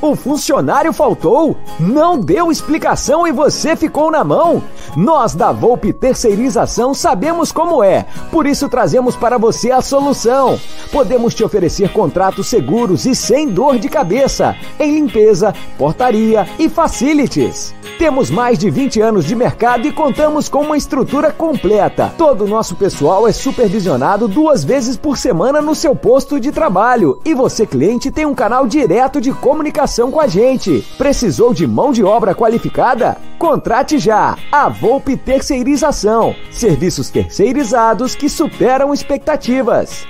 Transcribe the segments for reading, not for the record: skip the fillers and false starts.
O funcionário faltou? Não deu explicação e você ficou na mão? Nós da Volpe Terceirização sabemos como é, por isso trazemos para você a solução. Podemos te oferecer contratos seguros e sem dor de cabeça, em limpeza, portaria e facilities. Temos mais de 20 anos de mercado e contamos com uma estrutura completa. Todo o nosso pessoal é supervisionado 2 vezes por semana no seu posto de trabalho. E você, cliente, tem um canal direto de comunicação com a gente. Precisou de mão de obra qualificada? Contrate já! A Volpe Terceirização. Serviços terceirizados que superam expectativas.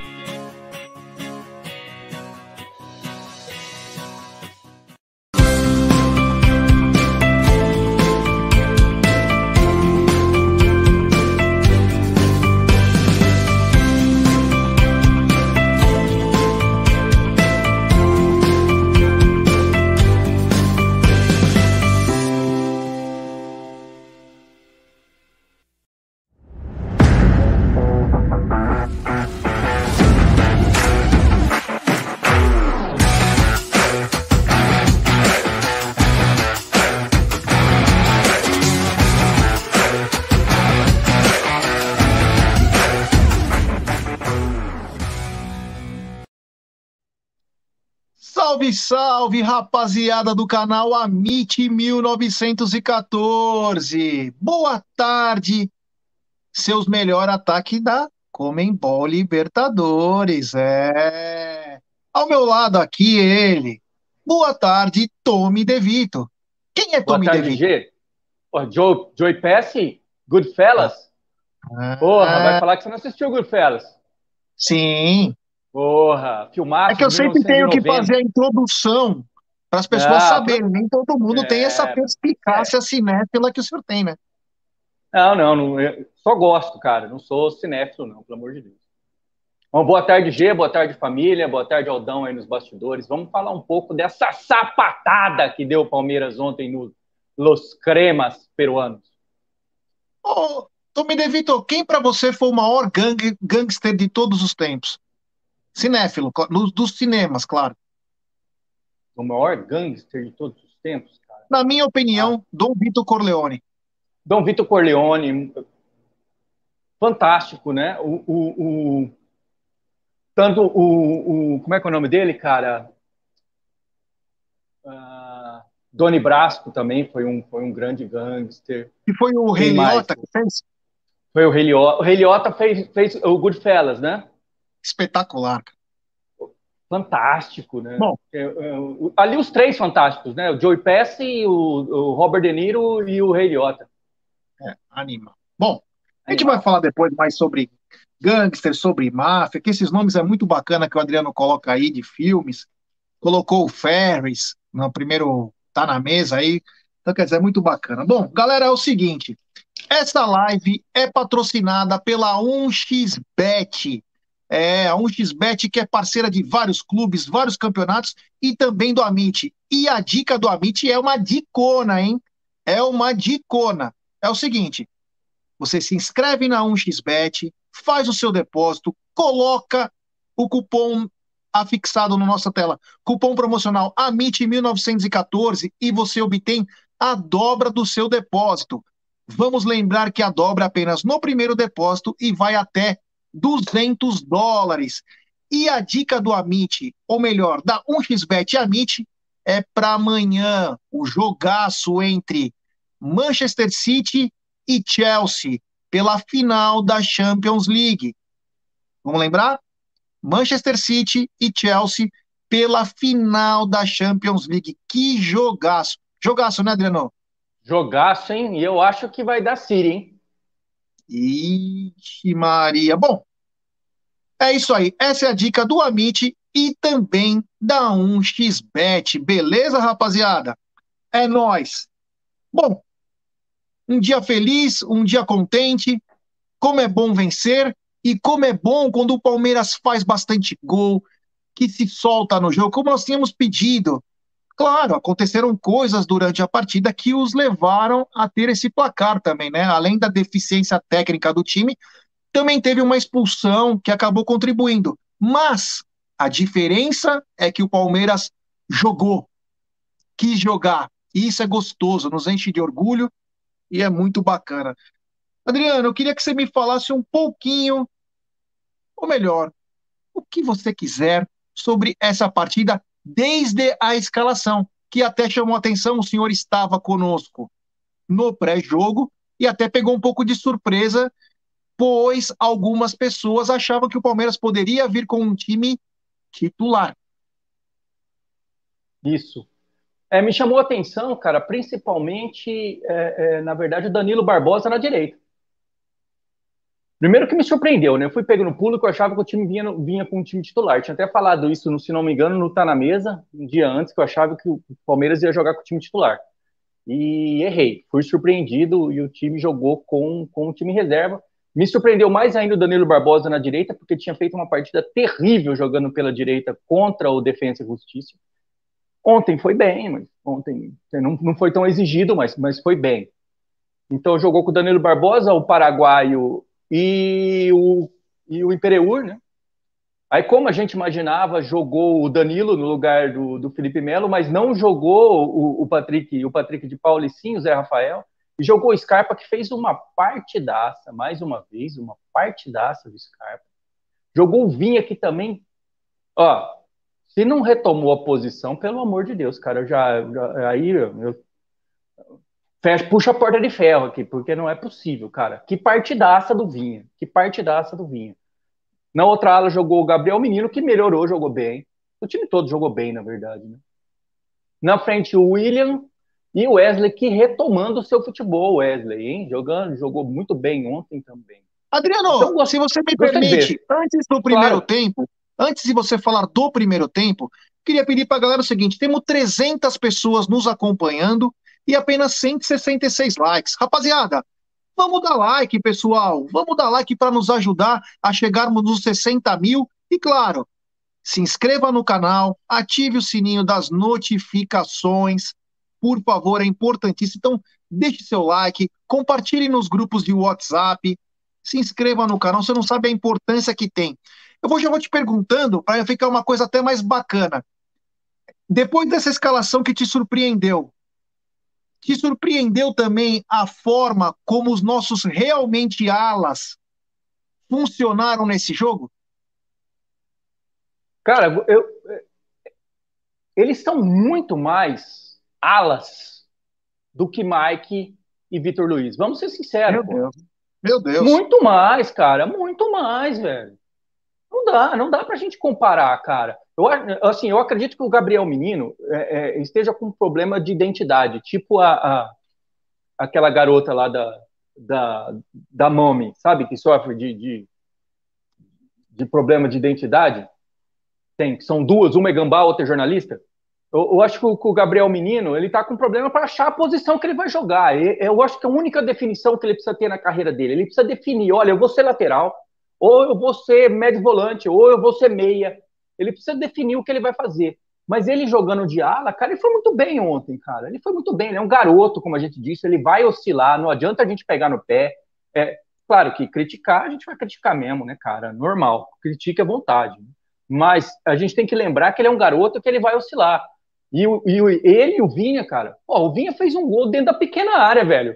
Salve, salve, rapaziada do canal Amit 1914. Boa tarde, seus melhor ataque da Conmebol Libertadores. Ao meu lado aqui ele. Boa tarde, Tommy DeVito. Quem é Tommy DeVito? Boa tarde, G. Joey Pesci, Goodfellas. Porra, vai falar que você não assistiu Goodfellas. Sim. Porra, filmaço. É que eu sempre tenho que fazer a introdução para as pessoas saberem. Nem todo mundo tem essa perspicácia cinéfila que o senhor tem, né? Não, eu só gosto, cara. Não sou cinéfilo, não, pelo amor de Deus. Bom, boa tarde, G, boa tarde, família, boa tarde, Aldão aí nos bastidores. Vamos falar um pouco dessa sapatada que deu o Palmeiras ontem no Los Cremas peruanos. Ô, Tommy DeVito, quem para você foi o maior gangster de todos os tempos? Cinéfilo, dos cinemas, claro. O maior gangster de todos os tempos, cara? Na minha opinião, Dom Vito Corleone. Dom Vito Corleone, fantástico, né? Tanto como é que é o nome dele, cara? Doni Brasco também foi um grande gangster. E foi o Rei Liotta que fez? Foi o Rei Liotta. O Rei Liotta fez o Goodfellas, né? Espetacular. Fantástico, né? Bom, ali os 3 fantásticos, né? O Joey Pesci, o Robert De Niro e o Rei Liotta. Anima. Bom, a gente vai falar depois mais sobre gangster, sobre máfia, que esses nomes é muito bacana que o Adriano coloca aí de filmes. Colocou o Ferris no primeiro, tá na mesa aí. Então, quer dizer, é muito bacana. Bom, galera, é o seguinte. Essa live é patrocinada pela 1xBet. A 1xBet que é parceira de vários clubes, vários campeonatos e também do Amit. E a dica do Amit é uma dicona, hein? É uma dicona. É o seguinte, você se inscreve na 1xBet, faz o seu depósito, coloca o cupom afixado na nossa tela, cupom promocional AMIT1914 e você obtém a dobra do seu depósito. Vamos lembrar que a dobra é apenas no primeiro depósito e vai até $200. E a dica do Amit, ou melhor, da 1xBet Amit, é para amanhã o jogaço entre Manchester City e Chelsea pela final da Champions League. Vamos lembrar? Manchester City e Chelsea pela final da Champions League. Que jogaço! Jogaço, né, Adriano? Jogaço, hein? E eu acho que vai dar City, hein? Ixi, Maria. Bom, é isso aí. Essa é a dica do Amit e também da 1xBet. Beleza, rapaziada? É nóis. Bom, um dia feliz, um dia contente. Como é bom vencer e como é bom quando o Palmeiras faz bastante gol, que se solta no jogo, como nós tínhamos pedido. Claro, aconteceram coisas durante a partida que os levaram a ter esse placar também, né? Além da deficiência técnica do time, também teve uma expulsão que acabou contribuindo. Mas a diferença é que o Palmeiras jogou. quis jogar. E isso é gostoso, nos enche de orgulho e é muito bacana. Adriano, eu queria que você me falasse um pouquinho, ou melhor, o que você quiser sobre essa partida desde a escalação, que até chamou atenção, o senhor estava conosco no pré-jogo e até pegou um pouco de surpresa, pois algumas pessoas achavam que o Palmeiras poderia vir com um time titular. Isso. Me chamou a atenção, cara, principalmente, na verdade, o Danilo Barbosa na direita. Primeiro que me surpreendeu, né? Eu fui pego no pulo que eu achava que o time vinha com um time titular. Tinha até falado isso, se não me engano, no Tá Na Mesa, um dia antes, que eu achava que o Palmeiras ia jogar com o time titular. E errei. Fui surpreendido e o time jogou com o time reserva. Me surpreendeu mais ainda o Danilo Barbosa na direita, porque tinha feito uma partida terrível jogando pela direita contra o Defensa e Justiça. Ontem foi bem, mas ontem não foi tão exigido, mas foi bem. Então jogou com o Danilo Barbosa, o paraguaio e o Imperiur, né? Aí, como a gente imaginava, jogou o Danilo no lugar do Felipe Melo, mas não jogou o Patrick de Paula e sim o Zé Rafael, e jogou o Scarpa, que fez uma partidaça, mais uma vez, uma partidaça do Scarpa. Jogou o Vinha, que também, ó, se não retomou a posição, pelo amor de Deus, cara, aí eu puxa a porta de ferro aqui, porque não é possível, cara. Que partidaça do Vinha, que partidaça do Vinha. Na outra ala jogou o Gabriel Menino, que melhorou, jogou bem. O time todo jogou bem, na verdade, né? Na frente, o William e o Wesley, que retomando o seu futebol, Wesley, hein? Jogou muito bem ontem também. Adriano, então, se você me permite, antes do primeiro tempo, antes de você falar do primeiro tempo, queria pedir para a galera o seguinte: temos 300 pessoas nos acompanhando e apenas 166 likes. Rapaziada, vamos dar like, pessoal. Vamos dar like para nos ajudar a chegarmos nos 60 mil. E claro, se inscreva no canal, ative o sininho das notificações. Por favor, é importantíssimo. Então, deixe seu like, compartilhe nos grupos de WhatsApp, se inscreva no canal. Você não sabe a importância que tem. Já vou te perguntando, para ficar uma coisa até mais bacana. Depois dessa escalação que te surpreendeu também a forma como os nossos realmente alas funcionaram nesse jogo? Cara, eles são muito mais alas do que Mike e Vitor Luiz. Vamos ser sinceros. Meu Deus. Muito mais, cara. Muito mais, velho. Não dá pra gente comparar, cara. Eu acredito que o Gabriel Menino esteja com um problema de identidade, tipo aquela garota lá da Mommy, sabe? Que sofre de problema de identidade. São duas, uma é gambá, outra é jornalista. Eu acho que o Gabriel Menino, ele tá com problema para achar a posição que ele vai jogar. Eu acho que a única definição que ele precisa ter na carreira dele, ele precisa definir, olha, eu vou ser lateral, ou eu vou ser médio volante, ou eu vou ser meia. Ele precisa definir o que ele vai fazer. Mas ele jogando de ala, cara, ele foi muito bem ontem, cara. Ele foi muito bem, ele é um garoto, como a gente disse, ele vai oscilar, não adianta a gente pegar no pé. Claro que criticar, a gente vai criticar mesmo, né, cara? Normal, critique à vontade. Mas a gente tem que lembrar que ele é um garoto que ele vai oscilar. E ele e o Vinha, cara, o Vinha fez um gol dentro da pequena área, velho.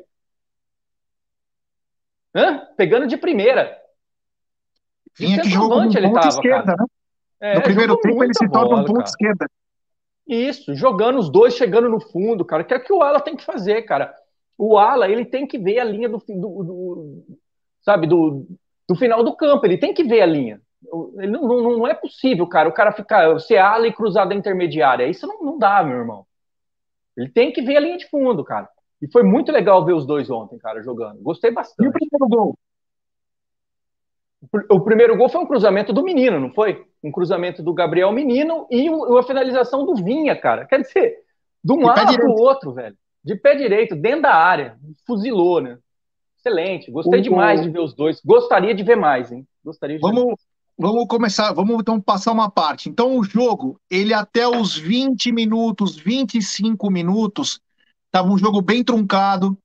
Pegando de primeira. Vinha que jogou como ponta esquerda, cara. Né? No primeiro tempo ele se torna um ponta esquerda. Isso, jogando os dois, chegando no fundo, cara, que é o que o ala tem que fazer, cara. O ala, ele tem que ver a linha do final do campo, ele tem que ver a linha. Não é possível, cara, o cara ficar, ser ala e cruzar da intermediária. Isso não dá, meu irmão. Ele tem que ver a linha de fundo, cara. E foi muito legal ver os dois ontem, cara, jogando. Gostei bastante. E o primeiro gol? O primeiro gol foi um cruzamento do Menino, não foi? Um cruzamento do Gabriel Menino e a finalização do Vinha, cara. Quer dizer, de um lado pro outro, velho. De pé direito, dentro da área. Fuzilou, né? Excelente. Gostei demais de ver os dois. Gostaria de ver mais, hein? Gostaria de ver mais. Vamos começar, vamos então passar uma parte. Então o jogo, ele até os 20 minutos, 25 minutos, estava um jogo bem truncado.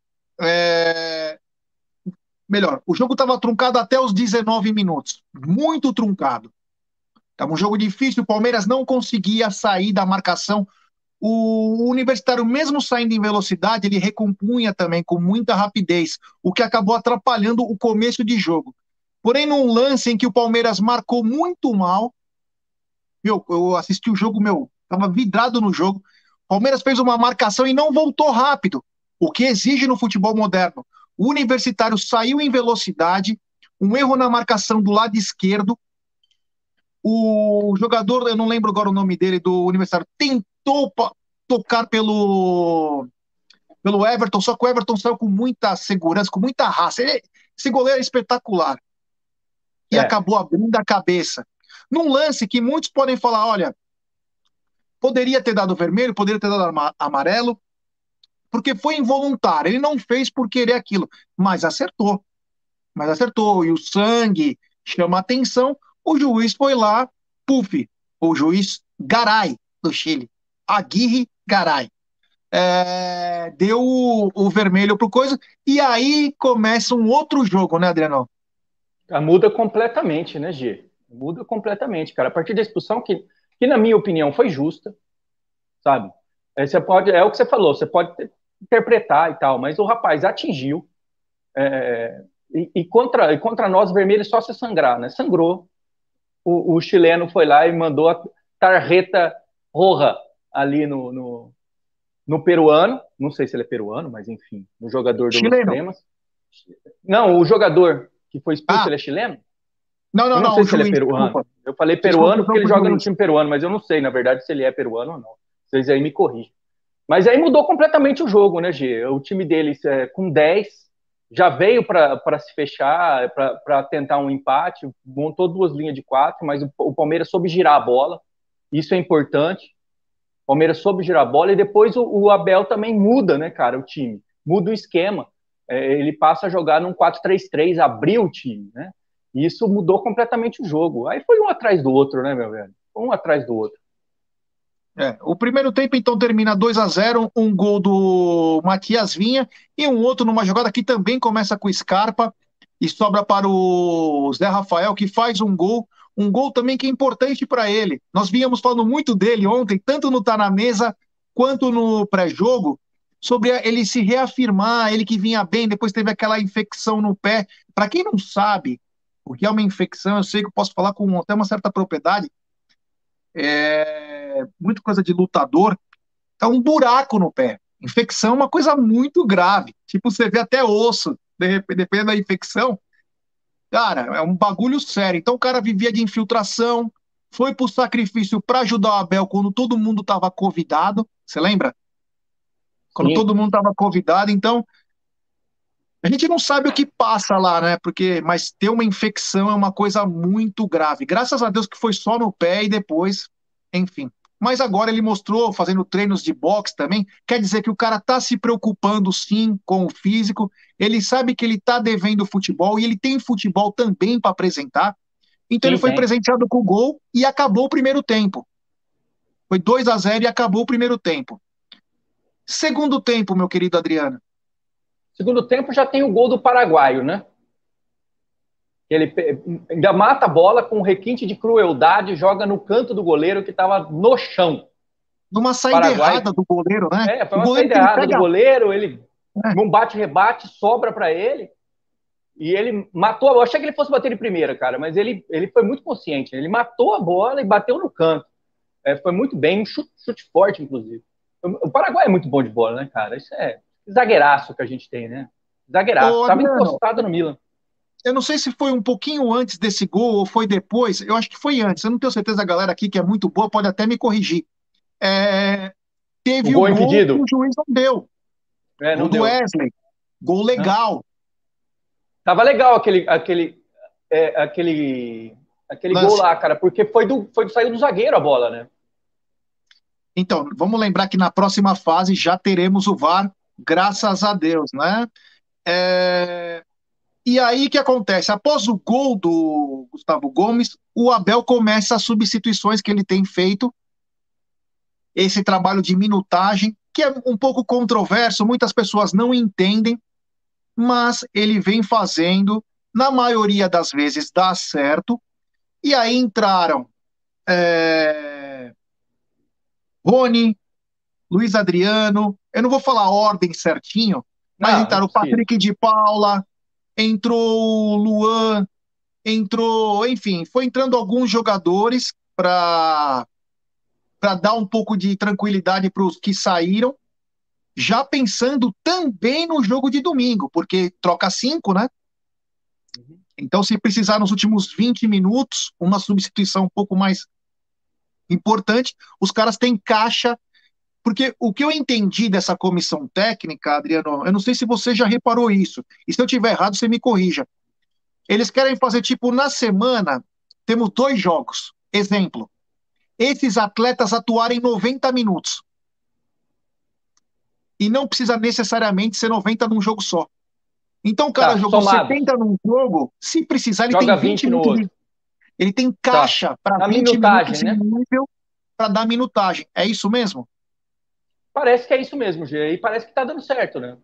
Melhor, o jogo estava truncado até os 19 minutos. Muito truncado. Estava um jogo difícil, o Palmeiras não conseguia sair da marcação O Universitário, mesmo saindo em velocidade, ele recompunha também com muita rapidez, o que acabou atrapalhando o começo de jogo. Porém, num lance em que o Palmeiras marcou muito mal, eu assisti o jogo, estava vidrado no jogo. O Palmeiras fez uma marcação e não voltou rápido, o que exige no futebol moderno. O Universitário saiu em velocidade, um erro na marcação do lado esquerdo. O jogador, eu não lembro agora o nome dele, do Universitário, tentou tocar pelo Everton, só que o Everton saiu com muita segurança, com muita raça. Esse goleiro é espetacular. E acabou abrindo a cabeça. Num lance que muitos podem falar, olha, poderia ter dado vermelho, poderia ter dado amarelo, porque foi involuntário. Ele não fez por querer aquilo, mas acertou. E o sangue chama atenção. O juiz foi lá, o juiz Garay, do Chile, Aguirre Garay, deu o vermelho pro coisa, e aí começa um outro jogo, né, Adriano? Muda completamente, né, G? Muda completamente, cara. A partir da expulsão, que na minha opinião foi justa, sabe? É o que você falou, você pode interpretar e tal, mas o rapaz atingiu, e contra nós, vermelho só se sangrar, né? Sangrou. O chileno foi lá e mandou a tarjeta roja ali no peruano, não sei se ele é peruano, mas enfim, no jogador do Los Cremas. Não, o jogador que foi expulso, ele é chileno? Não, eu não sei se ele é peruano. Desculpa. Eu falei peruano porque ele joga no time peruano, mas eu não sei, na verdade, se ele é peruano ou não. Vocês aí me corrigem. Mas aí mudou completamente o jogo, né, Gê? O time deles, com 10, já veio para se fechar, para tentar um empate, montou 2 linhas de 4, mas o Palmeiras soube girar a bola. Isso é importante. O Palmeiras soube girar a bola e depois o Abel também muda, né, cara, o time. Muda o esquema. Ele passa a jogar num 4-3-3, abriu o time, né? E isso mudou completamente o jogo. Aí foi um atrás do outro, né, meu velho? Um atrás do outro. O primeiro tempo, então, termina 2-0, um gol do Matias Vinha e um outro numa jogada que também começa com o Scarpa e sobra para o Zé Rafael, que faz um gol também que é importante para ele. Nós vínhamos falando muito dele ontem, tanto no Tá Na Mesa quanto no pré-jogo, sobre ele se reafirmar, ele que vinha bem, depois teve aquela infecção no pé. Para quem não sabe o que é uma infecção, eu sei que eu posso falar com até uma certa propriedade, muita coisa de lutador, é um buraco no pé. Infecção é uma coisa muito grave. Tipo, você vê até osso, dependendo da infecção. Cara, é um bagulho sério. Então o cara vivia de infiltração, foi pro sacrifício para ajudar o Abel quando todo mundo tava convidado. Você lembra? Quando Sim. todo mundo tava convidado. Então, a gente não sabe o que passa lá, né? Mas ter uma infecção é uma coisa muito grave. Graças a Deus que foi só no pé e depois, enfim. Mas agora ele mostrou, fazendo treinos de boxe também, quer dizer que o cara tá se preocupando sim com o físico, ele sabe que ele tá devendo futebol e ele tem futebol também para apresentar. Então Sim, ele foi tem. presenteado com o gol e acabou o primeiro tempo. Foi 2-0 e acabou o primeiro tempo. Segundo tempo, meu querido Adriano. Segundo tempo já tem o gol do paraguaio, né? Ele ainda mata a bola com um requinte de crueldade, joga no canto do goleiro que estava no chão. Numa saída errada do goleiro, né? Foi uma saída errada do goleiro, ele num bate-rebate, sobra para ele, e ele matou a bola. Eu achei que ele fosse bater de primeira, cara, mas ele foi muito consciente. Ele matou a bola e bateu no canto. Foi muito bem, um chute forte, inclusive. O Paraguai é muito bom de bola, né, cara? Isso é zagueiraço que a gente tem, né? Zagueiraço. Estava encostado no Milan. Eu não sei se foi um pouquinho antes desse gol ou foi depois. Eu acho que foi antes. Eu não tenho certeza, a galera aqui que é muito boa pode até me corrigir. Teve o gol impedido. que o juiz não deu. Não o do Wesley. Gol legal. Tava legal aquele gol lá, cara, porque saiu do zagueiro a bola, né? Então, vamos lembrar que na próxima fase já teremos o VAR, graças a Deus, né? E aí o que acontece? Após o gol do Gustavo Gomes, o Abel começa as substituições que ele tem feito, esse trabalho de minutagem, que é um pouco controverso, muitas pessoas não entendem, mas ele vem fazendo, na maioria das vezes dá certo, e aí entraram Rony, Luiz Adriano, eu não vou falar a ordem certinho, mas Não, não entraram o precisa. Patrick de Paula, entrou o Luan, entrou, enfim, foi entrando alguns jogadores para dar um pouco de tranquilidade para os que saíram, já pensando também no jogo de domingo, porque troca 5, né? Então, se precisar nos últimos 20 minutos, uma substituição um pouco mais importante, os caras têm caixa, porque o que eu entendi dessa comissão técnica, Adriano, eu não sei se você já reparou isso, e se eu estiver errado, você me corrija. Eles querem fazer, tipo, na semana, temos 2 jogos. Exemplo, esses atletas atuarem 90 minutos. E não precisa necessariamente ser 90 num jogo só. Então o cara Tá, jogou somados. 70 num jogo, se precisar, ele Joga tem 20 20 no minutos outro. Ele tem Tá. caixa para Na 20 minutagem, minutos em né? nível para dar minutagem. É isso mesmo? Parece que é isso mesmo, Gê. E parece que tá dando certo, né?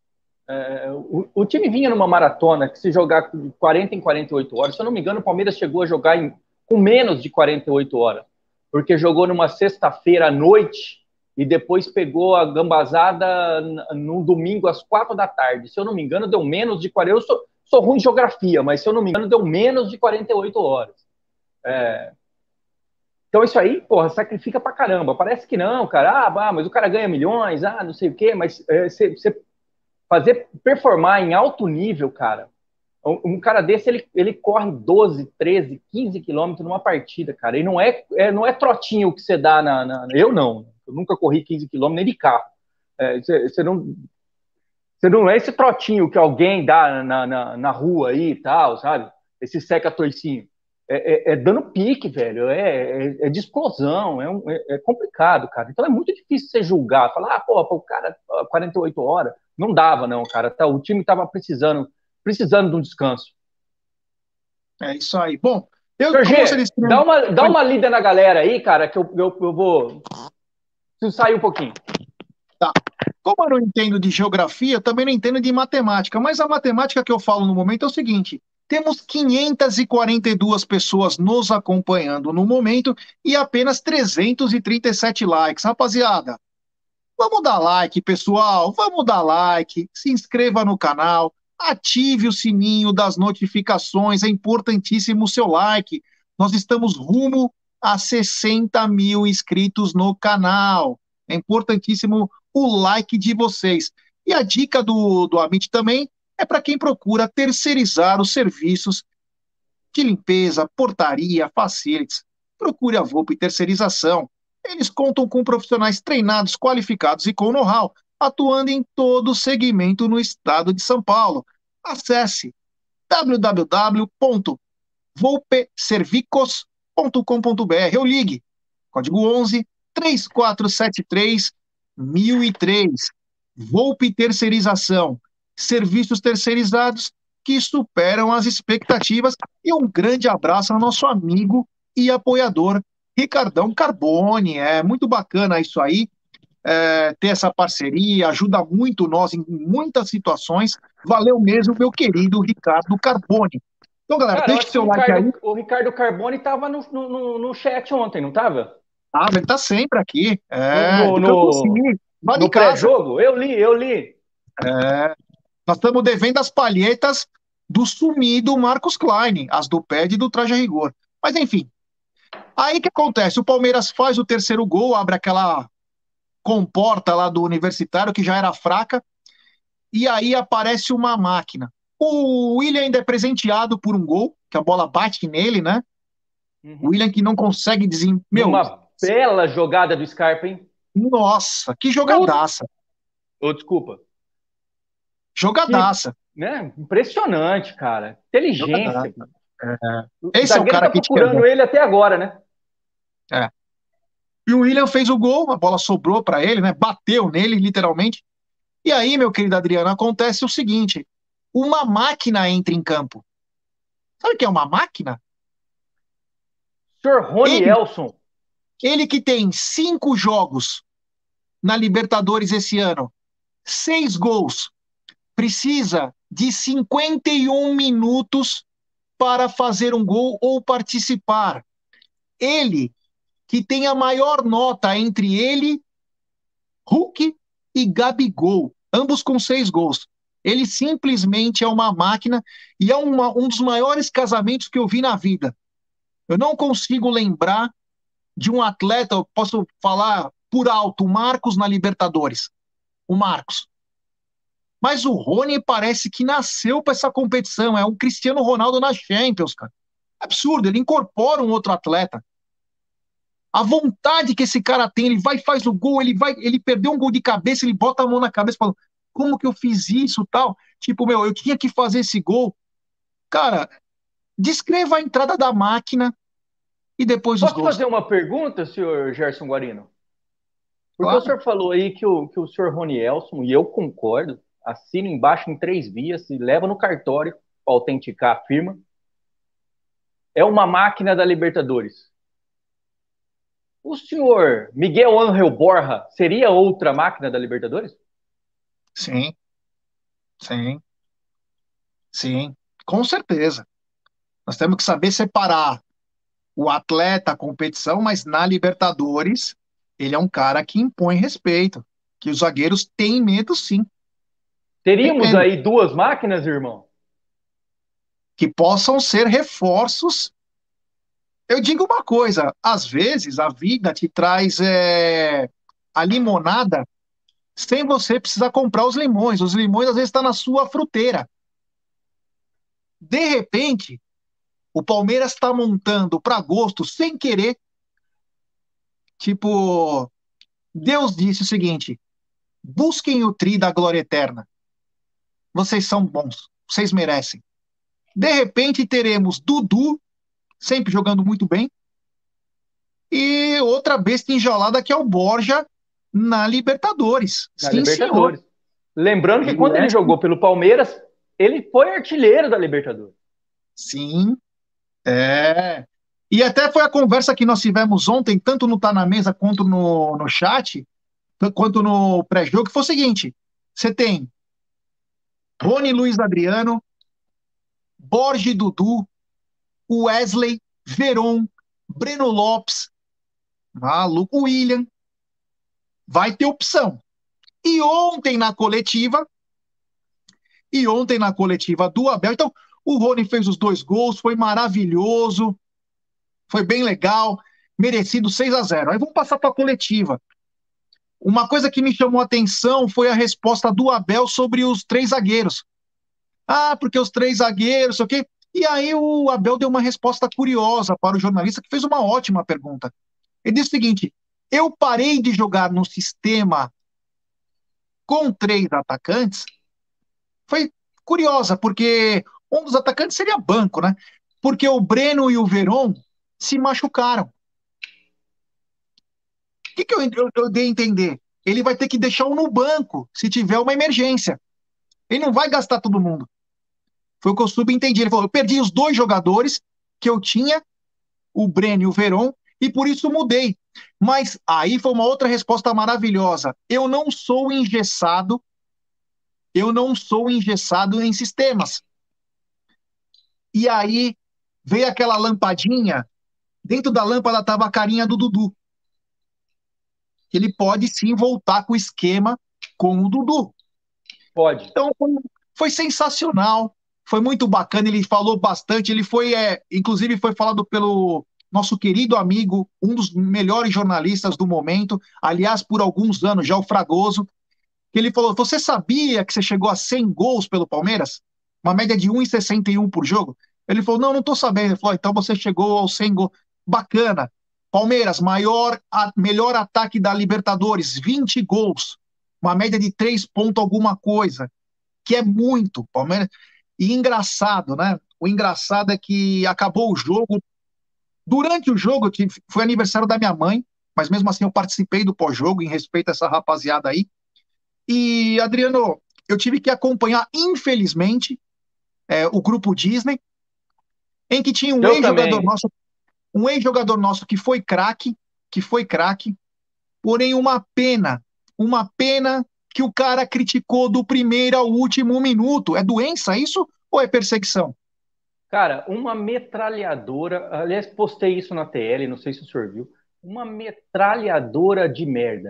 O time vinha numa maratona que se jogar 40 em 48 horas, se eu não me engano, o Palmeiras chegou a jogar com menos de 48 horas, porque jogou numa sexta-feira à noite e depois pegou a gambazada no domingo às 4 da tarde. Se eu não me engano, deu menos de 40. Eu sou ruim em geografia, mas se eu não me engano, deu menos de 48 horas. Então isso aí, porra, sacrifica pra caramba. Parece que não, cara. Mas o cara ganha milhões, não sei o quê, mas você fazer performar em alto nível, cara. Um cara desse, ele corre 12, 13, 15 quilômetros numa partida, cara. E não é trotinho que você dá Eu não. Eu nunca corri 15 quilômetros nem de carro. Você não é esse trotinho que alguém dá na rua aí e tal, sabe? Esse seca-toicinho. É dando pique, velho. É de explosão. É complicado, cara. Então é muito difícil você julgar. Falar, pô, o cara, 48 horas. Não dava, não, cara. O time tava precisando de um descanso. É isso aí. Bom, como você Jorge, disse, dá uma lida na galera aí, cara, que eu vou. Preciso sair um pouquinho. tá. Como eu não entendo de geografia, eu também não entendo de matemática, mas a matemática que eu falo no momento é o seguinte: temos 542 pessoas nos acompanhando no momento e apenas 337 likes. Rapaziada, vamos dar like, pessoal, vamos dar like, se inscreva no canal, ative o sininho das notificações, é importantíssimo o seu like. Nós estamos rumo a 60 mil inscritos no canal. É importantíssimo o like de vocês. E a dica do Amit também é para quem procura terceirizar os serviços de limpeza, portaria, facilities. Procure a Volpe Terceirização. Eles contam com profissionais treinados, qualificados e com know-how, atuando em todo o segmento no estado de São Paulo. Acesse www.volpeservicos.com.br ou ligue código 11 3473 1003. Volpe Terceirização. Serviços terceirizados que superam as expectativas. E um grande abraço ao nosso amigo e apoiador Ricardão Carbone. É muito bacana isso aí, ter essa parceria, ajuda muito nós em muitas situações. Valeu mesmo, meu querido Ricardo Carbone. Então, galera, Cara, eu deixa o acho que seu like aí. o Ricardo Carbone estava no chat ontem, não estava? Mas ele tá sempre aqui. No, no, Do Campo Sim, no, lá de no casa. pré-jogo? Eu li. Nós estamos devendo as palhetas do sumido Marcos Klein, as do pé e do traje a rigor. Mas enfim, aí que acontece? O Palmeiras faz o terceiro gol, abre aquela comporta lá do Universitário, que já era fraca, e aí aparece uma máquina. O William ainda é presenteado por um gol, que a bola bate nele, né? O William que não consegue Numa bela jogada do Scarpa, hein? Nossa, que jogadaça. Desculpa. Jogadaça. Né? Impressionante, cara. Inteligência. Esse é o cara tá que procurando ele até agora, né? E o William fez o gol, a bola sobrou para ele, né? Bateu nele, literalmente. E aí, meu querido Adriano, acontece o seguinte: uma máquina entra em campo. Sabe o que é uma máquina? Sr. Rony Elson. Ele que tem 5 jogos na Libertadores esse ano, 6 gols, precisa de 51 minutos para fazer um gol ou participar. Ele, que tem a maior nota entre ele Hulk e Gabigol, ambos com 6 gols. Ele simplesmente é uma máquina e é um dos maiores casamentos que eu vi na vida. Eu não consigo lembrar de um atleta, eu posso falar por alto, o Marcos na Libertadores. O Marcos. Mas o Rony parece que nasceu para essa competição. É um Cristiano Ronaldo na Champions, cara. Absurdo, ele incorpora um outro atleta. A vontade que esse cara tem, ele vai e faz o gol, ele perdeu um gol de cabeça, ele bota a mão na cabeça e fala, como que eu fiz isso, tal? Tipo, meu, eu tinha que fazer esse gol. Cara, descreva a entrada da máquina e depois os Posso gols. fazer uma pergunta, senhor Gerson Guarino? Porque o Claro. senhor falou aí que o senhor Ronielson, e eu concordo, assina embaixo em 3 vias e leva no cartório para autenticar a firma, é uma máquina da Libertadores. O senhor Miguel Ángel Borja seria outra máquina da Libertadores? Sim, sim, sim, com certeza. Nós temos que saber separar o atleta, a competição, mas na Libertadores, ele é um cara que impõe respeito, que os zagueiros têm medo, sim. Tem Teríamos medo. aí 2 máquinas, irmão? Que possam ser reforços. Eu digo uma coisa, às vezes a vida te traz a limonada sem você precisar comprar os limões. Os limões às vezes estão na sua fruteira. De repente, o Palmeiras está montando para agosto, sem querer, tipo, Deus disse o seguinte: busquem o tri da glória eterna. Vocês são bons, vocês merecem. De repente teremos Dudu, sempre jogando muito bem, e outra besta enjaulada que é o Borja na Libertadores. Na Sim, senhor. Libertadores. Lembrando que Ele quando é, ele jogou pelo Palmeiras, ele foi artilheiro da Libertadores. sim, é. E até foi a conversa que nós tivemos ontem, tanto no Tá Na Mesa quanto no chat, quanto no pré-jogo, que foi o seguinte: você tem Rony Luiz Adriano, Borja Dudu, Wesley, Veron, Breno Lopes, maluco, William, vai ter opção. E ontem na coletiva do Abel, então o Rony fez os 2 gols, foi maravilhoso, foi bem legal, merecido 6-0. Aí vamos passar para a coletiva. Uma coisa que me chamou a atenção foi a resposta do Abel sobre os 3 zagueiros. Ah, porque os 3 zagueiros, sei o quê. E aí o Abel deu uma resposta curiosa para o jornalista, que fez uma ótima pergunta. Ele disse o seguinte: eu parei de jogar no sistema com 3 atacantes. Foi curiosa, porque um dos atacantes seria banco, né? Porque o Breno e o Veron se machucaram. O que eu dei a entender? Ele vai ter que deixar um no banco se tiver uma emergência. Ele não vai gastar todo mundo. Foi o que eu subentendi. Ele falou: eu perdi os 2 jogadores que eu tinha, o Breno e o Veron, e por isso mudei. Mas aí foi uma outra resposta maravilhosa. Eu não sou engessado em sistemas. E aí veio aquela lampadinha, dentro da lâmpada estava a carinha do Dudu. Ele pode sim voltar com o esquema com o Dudu. Pode. Então foi sensacional, foi muito bacana, ele falou bastante, ele foi, inclusive foi falado pelo nosso querido amigo, um dos melhores jornalistas do momento, aliás, por alguns anos já, o Fragoso, que ele falou: você sabia que você chegou a 100 gols pelo Palmeiras? Uma média de 1,61 por jogo? Ele falou: não, não estou sabendo. Ele falou: então você chegou aos 100 gols. Bacana. Palmeiras, melhor ataque da Libertadores, 20 gols. Uma média de 3 pontos alguma coisa, que é muito. Palmeiras. E engraçado, né? O engraçado é que acabou o jogo. Durante o jogo, foi aniversário da minha mãe, mas mesmo assim eu participei do pós-jogo em respeito a essa rapaziada aí. E, Adriano, eu tive que acompanhar, infelizmente, o grupo Disney, em que tinha Eu também. um ex-jogador nosso que foi craque, porém uma pena que o cara criticou do primeiro ao último minuto. É doença isso ou é perseguição? Cara, uma metralhadora. Aliás, postei isso na TL, não sei se o senhor viu. Uma metralhadora de merda.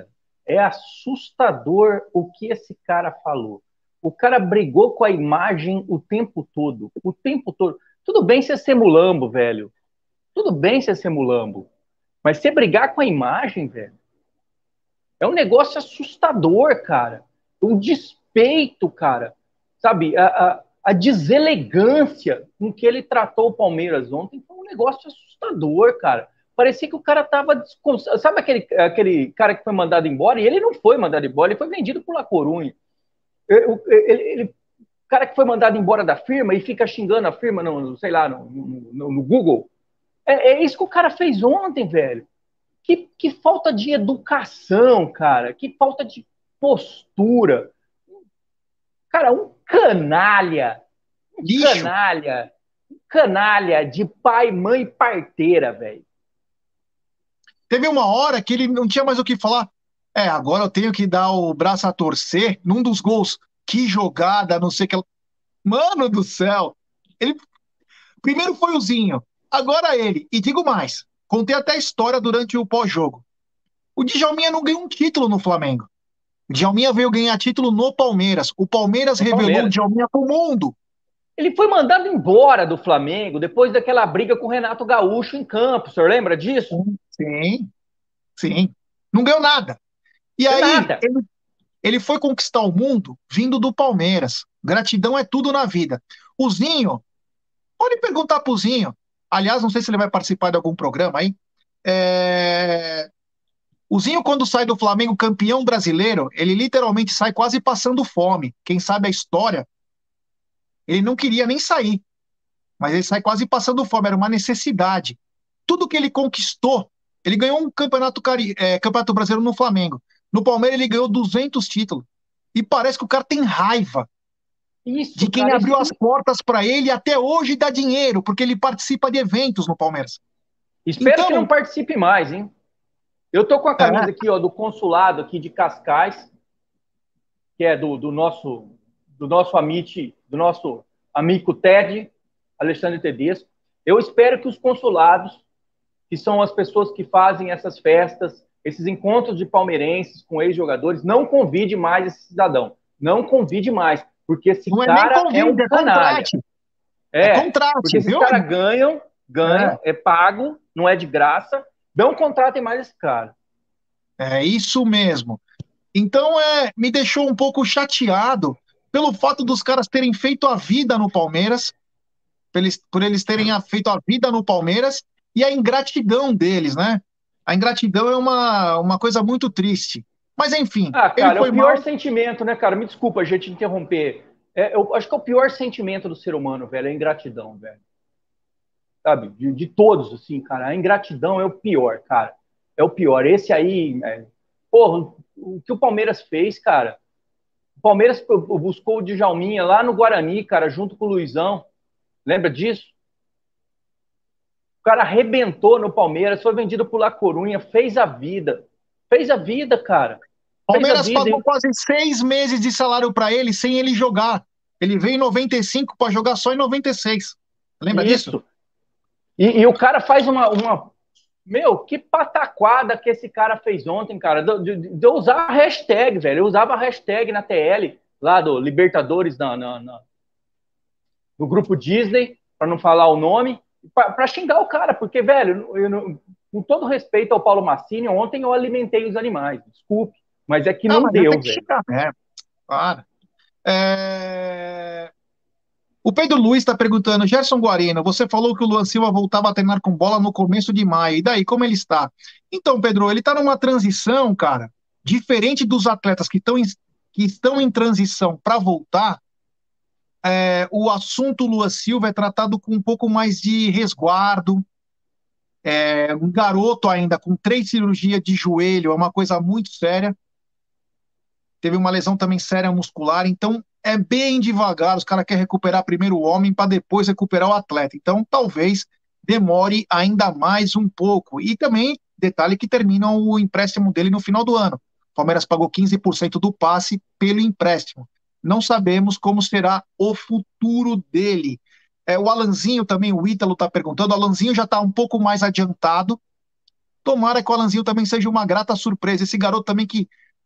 É assustador o que esse cara falou. O cara brigou com a imagem o tempo todo. O tempo todo. Tudo bem você ser mulambo, velho. Tudo bem você ser mulambo. Mas você brigar com a imagem, velho, é um negócio assustador, cara. O despeito, cara. Sabe? A deselegância com que ele tratou o Palmeiras ontem foi um negócio assustador, cara. Parecia que o cara tava... Sabe aquele cara que foi mandado embora? E ele não foi mandado embora, ele foi vendido por La Corunha. O cara que foi mandado embora da firma e fica xingando a firma, sei lá, no Google. É isso que o cara fez ontem, velho. Que falta de educação, cara. Que falta de postura. Cara, um canalha. Um Lixo. canalha. Um canalha de pai, mãe parteira, velho. Teve uma hora que ele não tinha mais o que falar. Agora eu tenho que dar o braço a torcer num dos gols. Que jogada, não sei o que. Mano do céu. Ele... Primeiro foi o Zinho, agora ele. E digo mais, contei até a história durante o pós-jogo. O Djalminha não ganhou um título no Flamengo. O Djalminha veio ganhar título no Palmeiras. O Palmeiras revelou o Djalminha pro mundo. Ele foi mandado embora do Flamengo depois daquela briga com o Renato Gaúcho em campo. O senhor lembra disso? Sim. Não ganhou nada. E aí, ele foi conquistar o mundo vindo do Palmeiras. Gratidão é tudo na vida. O Zinho, pode perguntar pro Zinho. Aliás, não sei se ele vai participar de algum programa aí. O Zinho, quando sai do Flamengo campeão brasileiro, ele literalmente sai quase passando fome. Quem sabe a história, ele não queria nem sair. Mas ele sai quase passando fome, era uma necessidade. Tudo que ele conquistou, ele ganhou um campeonato brasileiro no Flamengo. No Palmeiras ele ganhou 200 títulos. E parece que o cara tem raiva de quem abriu as portas para ele e até hoje dá dinheiro, porque ele participa de eventos no Palmeiras. Espero que não participe mais, hein? Eu tô com a camisa aqui, ó, do consulado aqui de Cascais, que é do nosso amigo Ted, Alexandre Tedesco. Eu espero que os consulados, que são as pessoas que fazem essas festas, esses encontros de palmeirenses com ex-jogadores, não convide mais esse cidadão. Não convide mais, porque esse cara é um canalha. Contrate, porque esses caras ganham, é pago, não é de graça. Não contratem mais esse cara. É isso mesmo. Então, me deixou um pouco chateado pelo fato dos caras terem feito a vida no Palmeiras, por eles terem feito a vida no Palmeiras, e a ingratidão deles, né? A ingratidão é uma coisa muito triste. Mas, enfim. Cara, é o pior sentimento, né, cara? Me desculpa a gente interromper. Eu acho que é o pior sentimento do ser humano, velho, é a ingratidão, velho. Sabe? De todos, assim, cara. A ingratidão é o pior, cara. É o pior. Esse aí, porra, o que o Palmeiras fez, cara? O Palmeiras buscou o Djalminha lá no Guarani, cara, junto com o Luizão. Lembra disso? O cara arrebentou no Palmeiras, foi vendido por La Corunha, fez a vida. Fez a vida, cara. O Palmeiras pagou quase 6 meses de salário para ele sem ele jogar. Ele veio em 95 para jogar só em 96. Lembra disso? E o cara faz uma... Meu, que pataquada que esse cara fez ontem, cara. De usar a hashtag, velho. Eu usava a hashtag na TL, lá do Libertadores, no grupo Disney, para não falar o nome, para xingar o cara, porque, velho, com todo respeito ao Paulo Massini, ontem eu alimentei os animais. Desculpe, mas é que não deu, velho. Xingar, Para. O Pedro Luiz está perguntando, Gerson Guarino, você falou que o Luan Silva voltava a treinar com bola no começo de maio, e daí, como ele está? Então, Pedro, ele está numa transição, cara, diferente dos atletas que estão em transição para voltar, o assunto Luan Silva é tratado com um pouco mais de resguardo, um garoto ainda com 3 cirurgias de joelho, é uma coisa muito séria, teve uma lesão também séria muscular, então é bem devagar, os caras querem recuperar primeiro o homem para depois recuperar o atleta. Então, talvez demore ainda mais um pouco. E também, detalhe que termina o empréstimo dele no final do ano. O Palmeiras pagou 15% do passe pelo empréstimo. Não sabemos como será o futuro dele. O Alanzinho também, o Ítalo está perguntando, o Alanzinho já está um pouco mais adiantado. Tomara que o Alanzinho também seja uma grata surpresa. Esse garoto também que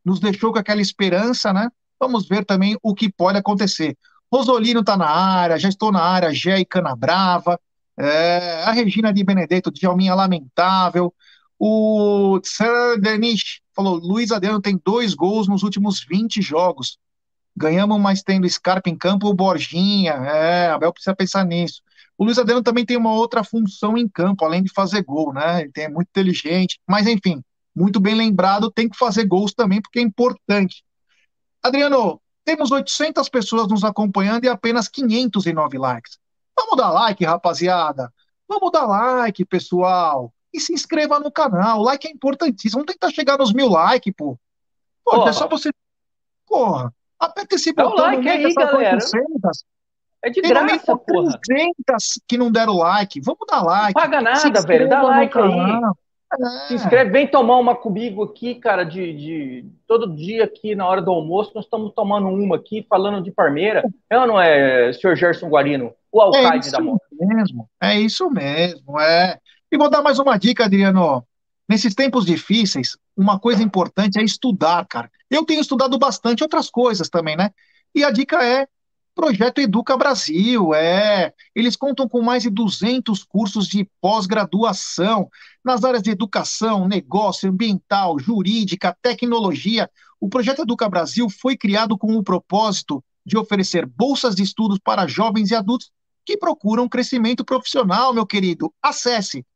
nos deixou com aquela esperança, né? Vamos ver também o que pode acontecer. Rosolino está na área, já estou na área, Gé e Canabrava, a Regina de Benedetto, Djalminha lamentável, o Sir Denis falou, Luiz Adriano tem 2 gols nos últimos 20 jogos, ganhamos, mas tendo Scarpa em campo ou Borginha, Abel precisa pensar nisso. O Luiz Adriano também tem uma outra função em campo, além de fazer gol, né? Ele é muito inteligente, mas enfim, muito bem lembrado, tem que fazer gols também, porque é importante. Adriano, temos 800 pessoas nos acompanhando e apenas 509 likes. Vamos dar like, rapaziada. Vamos dar like, pessoal. E se inscreva no canal. O like é importantíssimo. Vamos tentar chegar nos 1000 likes, pô. Pô, é só você... Porra, aperta esse dá botão like no meio aí, dessas galera. 800. É de Tem no meio graça, porra. 300 que não deram like. Vamos dar like. Não paga Se nada, velho. Dá inscreva no like aí. canal. Se inscreve, vem tomar uma comigo aqui, cara, todo dia aqui na hora do almoço, nós estamos tomando uma aqui, falando de Parmeira. É ou não é, senhor Gerson Guarino? O alcaide da moda. É isso mesmo, E vou dar mais uma dica, Adriano. Nesses tempos difíceis, uma coisa importante é estudar, cara. Eu tenho estudado bastante outras coisas também, né? E a dica é Projeto Educa Brasil, Eles contam com mais de 200 cursos de pós-graduação nas áreas de educação, negócio, ambiental, jurídica, tecnologia. O Projeto Educa Brasil foi criado com o propósito de oferecer bolsas de estudos para jovens e adultos que procuram crescimento profissional, meu querido. Acesse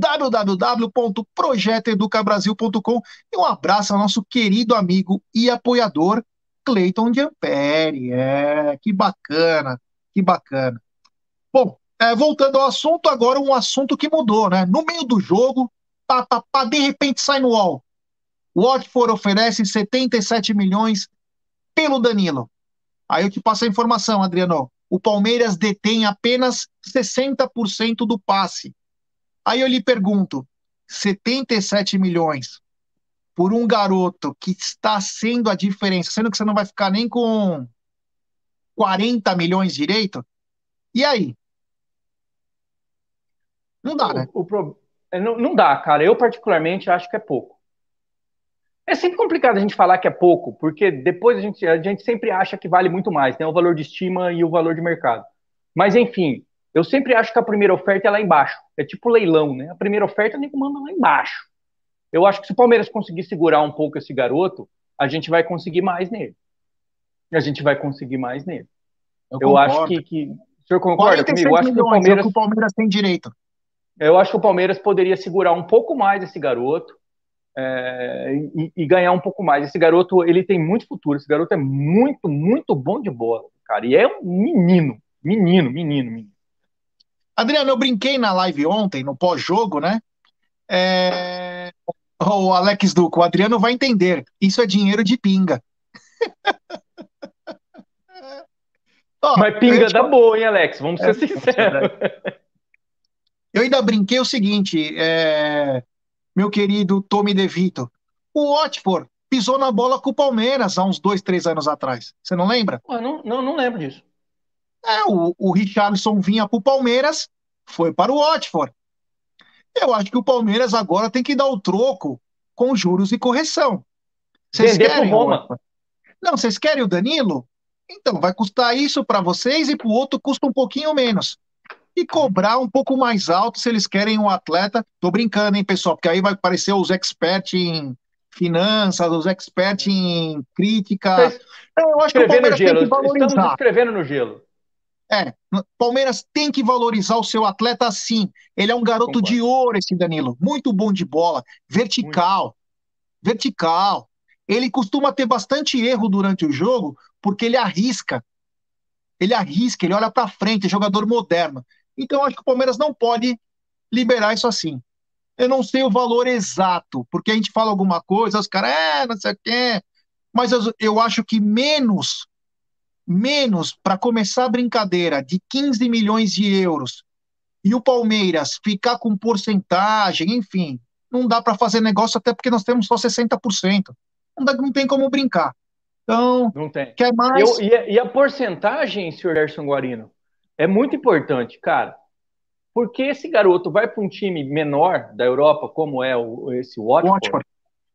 www.projetoeducabrasil.com e um abraço ao nosso querido amigo e apoiador Cleiton Giamperi. Que bacana, que bacana. Bom, voltando ao assunto, agora um assunto que mudou, né? No meio do jogo, de repente sai no UOL. O Watford oferece 77 milhões pelo Danilo. Aí eu te passo a informação, Adriano. O Palmeiras detém apenas 60% do passe. Aí eu lhe pergunto, 77 milhões por um garoto que está sendo a diferença, sendo que você não vai ficar nem com 40 milhões direito? E aí? Não dá, né? Não dá, cara. Eu particularmente acho que é pouco. É sempre complicado a gente falar que é pouco, porque depois a gente sempre acha que vale muito mais, né? O valor de estima e o valor de mercado. Mas, enfim, eu sempre acho que a primeira oferta é lá embaixo. É tipo leilão, né? A primeira oferta nem manda lá embaixo. Eu acho que se o Palmeiras conseguir segurar um pouco esse garoto, a gente vai conseguir mais nele. Eu acho que... O senhor concorda comigo? Eu acho que o Palmeiras tem direito. Eu acho que o Palmeiras poderia segurar um pouco mais esse garoto e ganhar um pouco mais. Esse garoto, ele tem muito futuro. Esse garoto é muito, muito bom de bola, cara. E é um menino. Adriano, eu brinquei na live ontem, no pós-jogo, né? O Alex Duco, o Adriano vai entender. Isso é dinheiro de pinga. Mas pinga dá boa, hein, Alex? Vamos ser sinceros. Eu ainda brinquei o seguinte, meu querido Tommy De Vito. O Watford pisou na bola com o Palmeiras há uns 2, 3 anos atrás. Você não lembra? Não lembro disso. O Richarlison vinha para o Palmeiras, foi para o Watford. Eu acho que o Palmeiras agora tem que dar o troco com juros e correção. Vocês querem pro Roma? Não, vocês querem o Danilo? Então, vai custar isso para vocês e para o outro custa um pouquinho menos. E cobrar um pouco mais alto se eles querem um atleta. Tô brincando, hein, pessoal? Porque aí vai aparecer os experts em finanças, os experts em crítica. Eu acho que o Palmeiras tem que valorizar. Estamos escrevendo no gelo. Palmeiras tem que valorizar o seu atleta sim. Ele é um garoto de ouro, esse Danilo. Muito bom de bola. Vertical. Ele costuma ter bastante erro durante o jogo, porque ele arrisca. Ele olha para frente, é jogador moderno. Então, eu acho que o Palmeiras não pode liberar isso assim. Eu não sei o valor exato, porque a gente fala alguma coisa, os caras, não sei o quê. Mas eu acho que menos para começar a brincadeira de 15 milhões de euros e o Palmeiras ficar com porcentagem, enfim, não dá para fazer negócio até porque nós temos só 60%. Não tem como brincar. Então, não tem. Quer mais? E a porcentagem, senhor Gerson Guarino, é muito importante, cara, porque esse garoto vai para um time menor da Europa, como é esse Watford,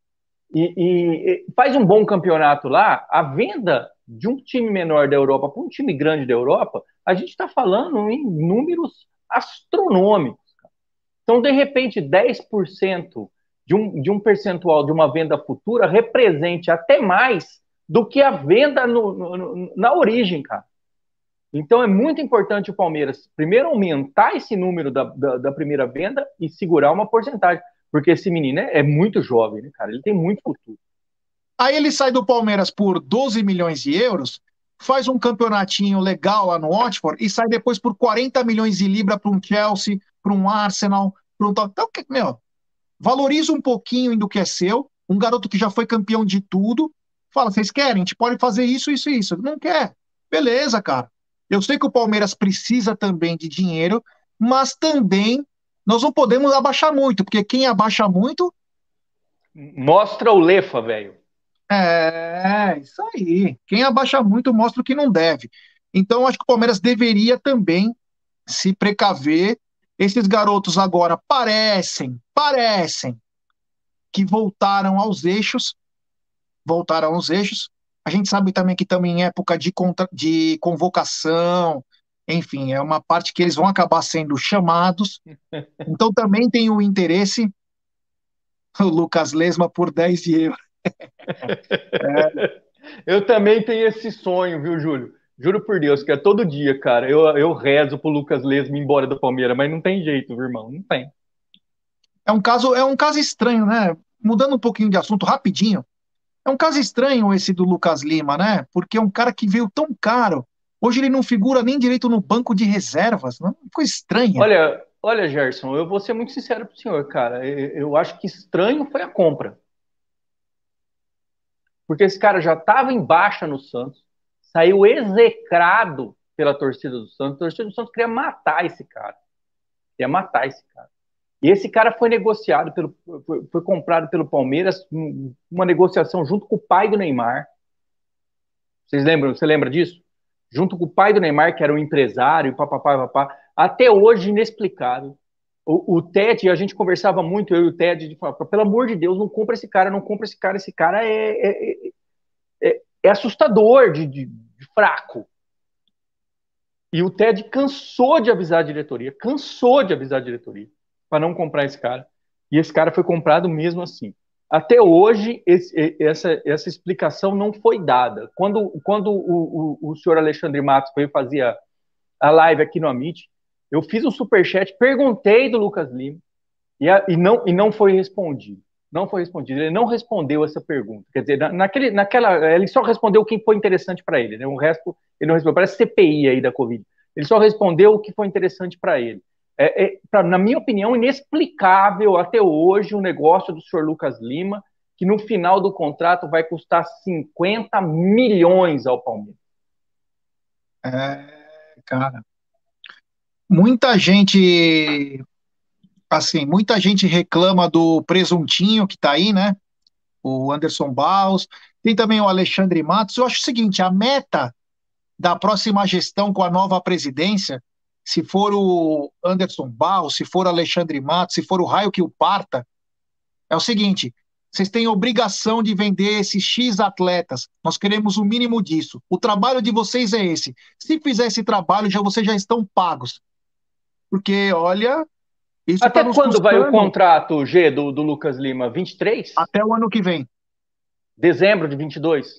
e faz um bom campeonato lá, a venda de um time menor da Europa para um time grande da Europa, a gente está falando em números astronômicos. Então, de repente, 10% de um percentual de uma venda futura represente até mais do que a venda na origem, cara. Então, é muito importante o Palmeiras, primeiro, aumentar esse número da primeira venda e segurar uma porcentagem. Porque esse menino é muito jovem, né, cara? Ele tem muito futuro. Aí ele sai do Palmeiras por 12 milhões de euros, faz um campeonatinho legal lá no Watford e sai depois por 40 milhões de libras para um Chelsea, para um Arsenal, para um... Então, meu, valoriza um pouquinho do que é seu, um garoto que já foi campeão de tudo, fala, vocês querem? A gente pode fazer isso, isso e isso. Não quer? Beleza, cara. Eu sei que o Palmeiras precisa também de dinheiro, mas também nós não podemos abaixar muito, porque quem abaixa muito... Mostra o Lefa, velho. Isso aí. Quem abaixa muito mostra o que não deve. Então, acho que o Palmeiras deveria também se precaver. Esses garotos agora parecem que voltaram aos eixos. A gente sabe também que estamos em época de convocação, enfim, é uma parte que eles vão acabar sendo chamados. Então, também tem o interesse, o Lucas Lesma por 10 de euro. Eu também tenho esse sonho, viu, Júlio? Juro por Deus, que é todo dia, cara. Eu rezo pro Lucas Lesma ir embora do Palmeiras, mas não tem jeito, viu, irmão? Não tem. É um caso estranho, né? Mudando um pouquinho de assunto rapidinho. É um caso estranho esse do Lucas Lima, né? Porque é um cara que veio tão caro. Hoje ele não figura nem direito no banco de reservas. Não? Coisa estranha. Olha, Gerson, eu vou ser muito sincero pro senhor, cara. Eu acho que estranho foi a compra. Porque esse cara já estava em baixa no Santos, saiu execrado pela torcida do Santos. A torcida do Santos queria matar esse cara. Queria matar esse cara. E esse cara foi negociado, foi comprado pelo Palmeiras, uma negociação junto com o pai do Neymar. Você lembra disso? Junto com o pai do Neymar, que era um empresário, papapá. Até hoje, inexplicável. O Ted, a gente conversava muito, eu e o Ted, de falar, pelo amor de Deus, não compra esse cara, esse cara é assustador de fraco. E o Ted cansou de avisar a diretoria para não comprar esse cara. E esse cara foi comprado mesmo assim. Até hoje, essa explicação não foi dada. Quando o senhor Alexandre Matos veio fazer a live aqui no Amit, eu fiz um superchat, perguntei do Lucas Lima e não foi respondido. Não foi respondido. Ele não respondeu essa pergunta. Quer dizer, ele só respondeu o que foi interessante para ele. Né? O resto, ele não respondeu. Parece CPI aí da Covid. Ele só respondeu o que foi interessante para ele. Na minha opinião, inexplicável até hoje o negócio do senhor Lucas Lima, que no final do contrato vai custar 50 milhões ao Palmeiras. Cara. Muita gente reclama do presuntinho que tá aí, né? O Anderson Barros. Tem também o Alexandre Matos. Eu acho o seguinte, a meta da próxima gestão com a nova presidência, se for o Anderson Barros, se for o Alexandre Matos, se for o raio que o parta, é o seguinte, vocês têm obrigação de vender esses X atletas. Nós queremos o mínimo disso. O trabalho de vocês é esse. Se fizer esse trabalho, vocês já estão pagos. Porque, olha... Isso até tá quando vai o contrato, G, do Lucas Lima? 23? Até o ano que vem. Dezembro de 22?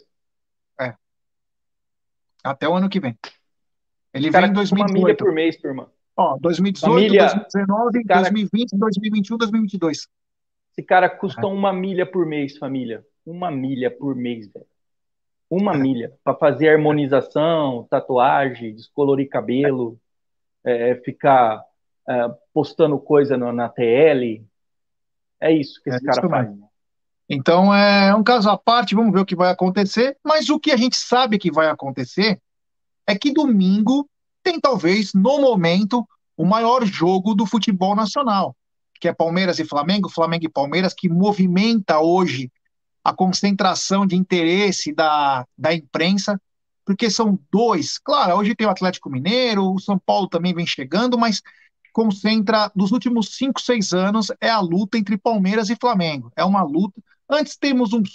Até o ano que vem. Ele vem em 2018. Uma milha por mês, turma. 2018, família, 2019, 2020, 2021, 2022. Esse cara custa uma milha por mês, família. Uma milha por mês, velho. Uma milha. Para fazer harmonização, tatuagem, descolorir cabelo, ficar postando coisa na TL. É isso que esse cara faz. Né? Então, é um caso à parte, vamos ver o que vai acontecer. Mas o que a gente sabe que vai acontecer é que domingo tem, talvez, no momento, o maior jogo do futebol nacional, que é Palmeiras e Flamengo, Flamengo e Palmeiras, que movimenta hoje a concentração de interesse da imprensa, porque são dois. Claro, hoje tem o Atlético Mineiro, o São Paulo também vem chegando, mas concentra, dos últimos 5, 6 anos, é a luta entre Palmeiras e Flamengo. É uma luta. Antes temos um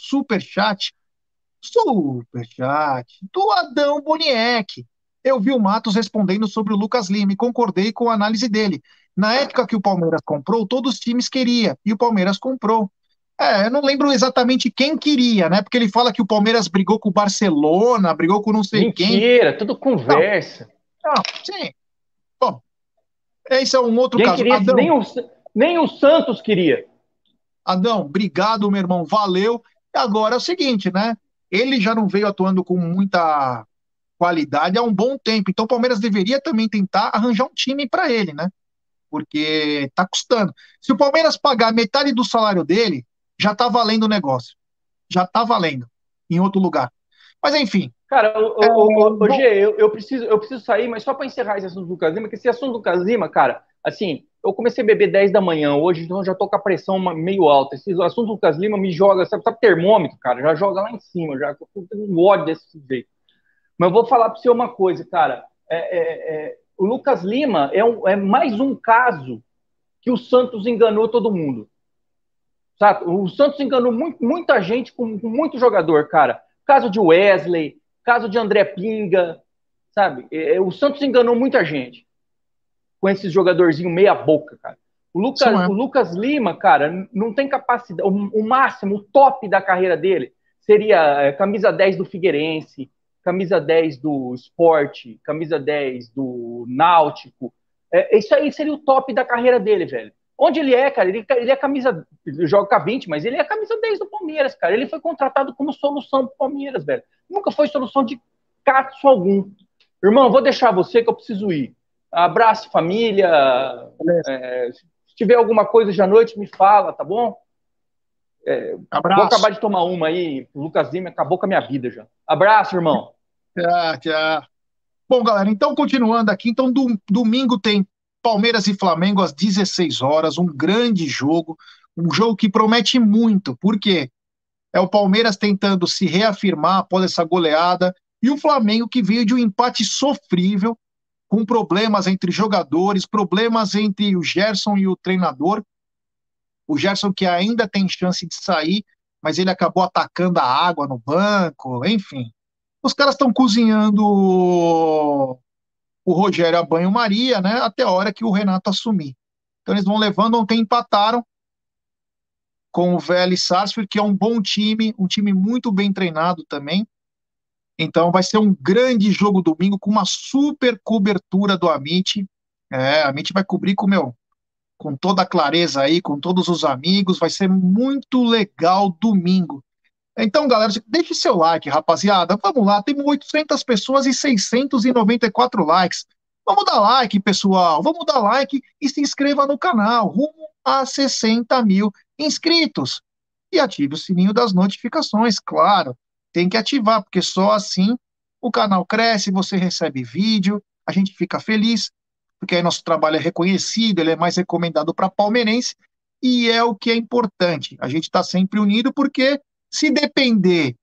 superchat do Adão Boniek. Eu vi o Matos respondendo sobre o Lucas Lima e concordei com a análise dele. Na época que o Palmeiras comprou, todos os times queriam, e o Palmeiras comprou. Eu não lembro exatamente quem queria, né? Porque ele fala que o Palmeiras brigou com o Barcelona, brigou com não sei quem. Mentira, tudo conversa. Não, sim. Bom, esse é um outro Quem caso. queria, Adão, nem o Santos queria. Adão, obrigado, meu irmão, valeu. E agora é o seguinte, né? Ele já não veio atuando com muita qualidade há um bom tempo, então o Palmeiras deveria também tentar arranjar um time para ele, né? Porque tá custando. Se o Palmeiras pagar metade do salário dele, já tá valendo o negócio. Já tá valendo em outro lugar. Mas enfim. Cara, Gê, eu preciso sair, mas só para encerrar esse assunto do Lucas Lima, que esse assunto do Lucas Lima, cara, assim, eu comecei a beber 10 da manhã hoje, então eu já tô com a pressão meio alta. Esse assunto do Lucas Lima me joga, sabe termômetro, cara, já joga lá em cima, já eu tenho ódio desse sujeito. Mas eu vou falar para você uma coisa, cara. O Lucas Lima é mais um caso que o Santos enganou todo mundo. Sabe? O Santos enganou muita gente com muito jogador, cara. Caso de Wesley, caso de André Pinga, sabe? O Santos enganou muita gente com esses jogadorzinhos meia boca, cara. O Lucas Lima, cara, não tem capacidade. O máximo, o top da carreira dele seria camisa 10 do Figueirense, camisa 10 do Sport, camisa 10 do Náutico. Isso aí seria o top da carreira dele, velho. Onde ele é, cara? Ele é camisa. Ele joga com a 20, mas ele é camisa 10 do Palmeiras, cara. Ele foi contratado como solução do Palmeiras, velho. Nunca foi solução de cato algum. Irmão, vou deixar você que eu preciso ir. Abraço, família. Se tiver alguma coisa hoje à noite, me fala, tá bom? Abraço. Vou acabar de tomar uma aí. O Lucas Lima acabou com a minha vida já. Abraço, irmão. Tchau. Bom, galera, então continuando aqui, então domingo tem Palmeiras e Flamengo às 16 horas, um grande jogo, um jogo que promete muito, porque é o Palmeiras tentando se reafirmar após essa goleada, e o Flamengo que veio de um empate sofrível, com problemas entre jogadores, problemas entre o Gerson e o treinador, o Gerson que ainda tem chance de sair, mas ele acabou atacando a água no banco, enfim. Os caras estão cozinhando o Rogério a banho-maria, né? Até a hora que o Renato assumir. Então eles vão levando, ontem empataram com o Vélez Sarsfield, que é um bom time, um time muito bem treinado também. Então vai ser um grande jogo domingo com uma super cobertura do Amit. A Amit vai cobrir com toda a clareza aí, com todos os amigos. Vai ser muito legal domingo. Então, galera, deixe seu like, rapaziada. Vamos lá, temos 800 pessoas e 694 likes. Vamos dar like, pessoal. Vamos dar like e se inscreva no canal. Rumo a 60 mil inscritos. E ative o sininho das notificações, claro. Tem que ativar, porque só assim o canal cresce, você recebe vídeo, a gente fica feliz, porque aí nosso trabalho é reconhecido, ele é mais recomendado para palmeirense, e é o que é importante. A gente está sempre unido, porque se depender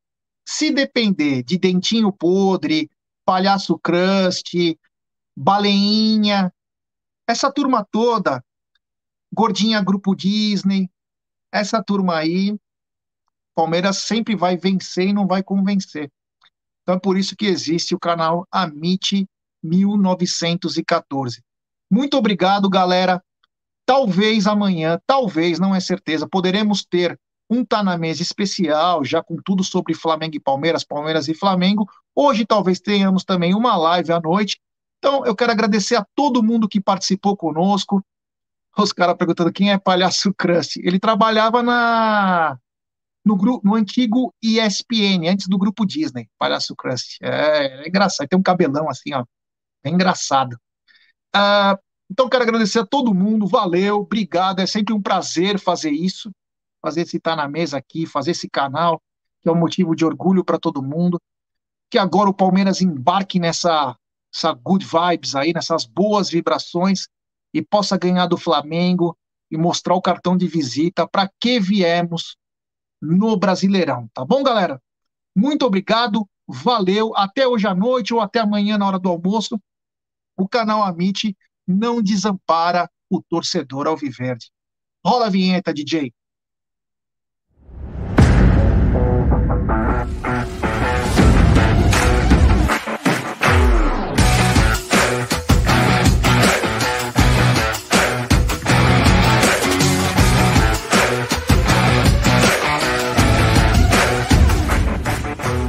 de Dentinho Podre, Palhaço Crust, Baleinha, essa turma toda, Gordinha Grupo Disney, essa turma aí, Palmeiras sempre vai vencer e não vai convencer. Então é por isso que existe o canal Amit 1914. Muito obrigado, galera. Talvez amanhã, talvez, não é certeza, poderemos ter um Tá na Mesa especial, já com tudo sobre Flamengo e Palmeiras, Palmeiras e Flamengo. Hoje talvez tenhamos também uma live à noite. Então eu quero agradecer a todo mundo que participou conosco. Os caras perguntando quem é Palhaço Crust. Ele trabalhava no antigo ESPN, antes do Grupo Disney, Palhaço Crust. É engraçado, tem um cabelão assim, ó. É engraçado. Então quero agradecer a todo mundo, valeu, obrigado, é sempre um prazer fazer isso, fazer esse Tá na Mesa aqui, fazer esse canal, que é um motivo de orgulho para todo mundo, que agora o Palmeiras embarque essa good vibes aí, nessas boas vibrações, e possa ganhar do Flamengo e mostrar o cartão de visita para que viemos no Brasileirão, tá bom, galera? Muito obrigado, valeu, até hoje à noite ou até amanhã na hora do almoço. O canal Amit não desampara o torcedor alviverde. Rola a vinheta, DJ.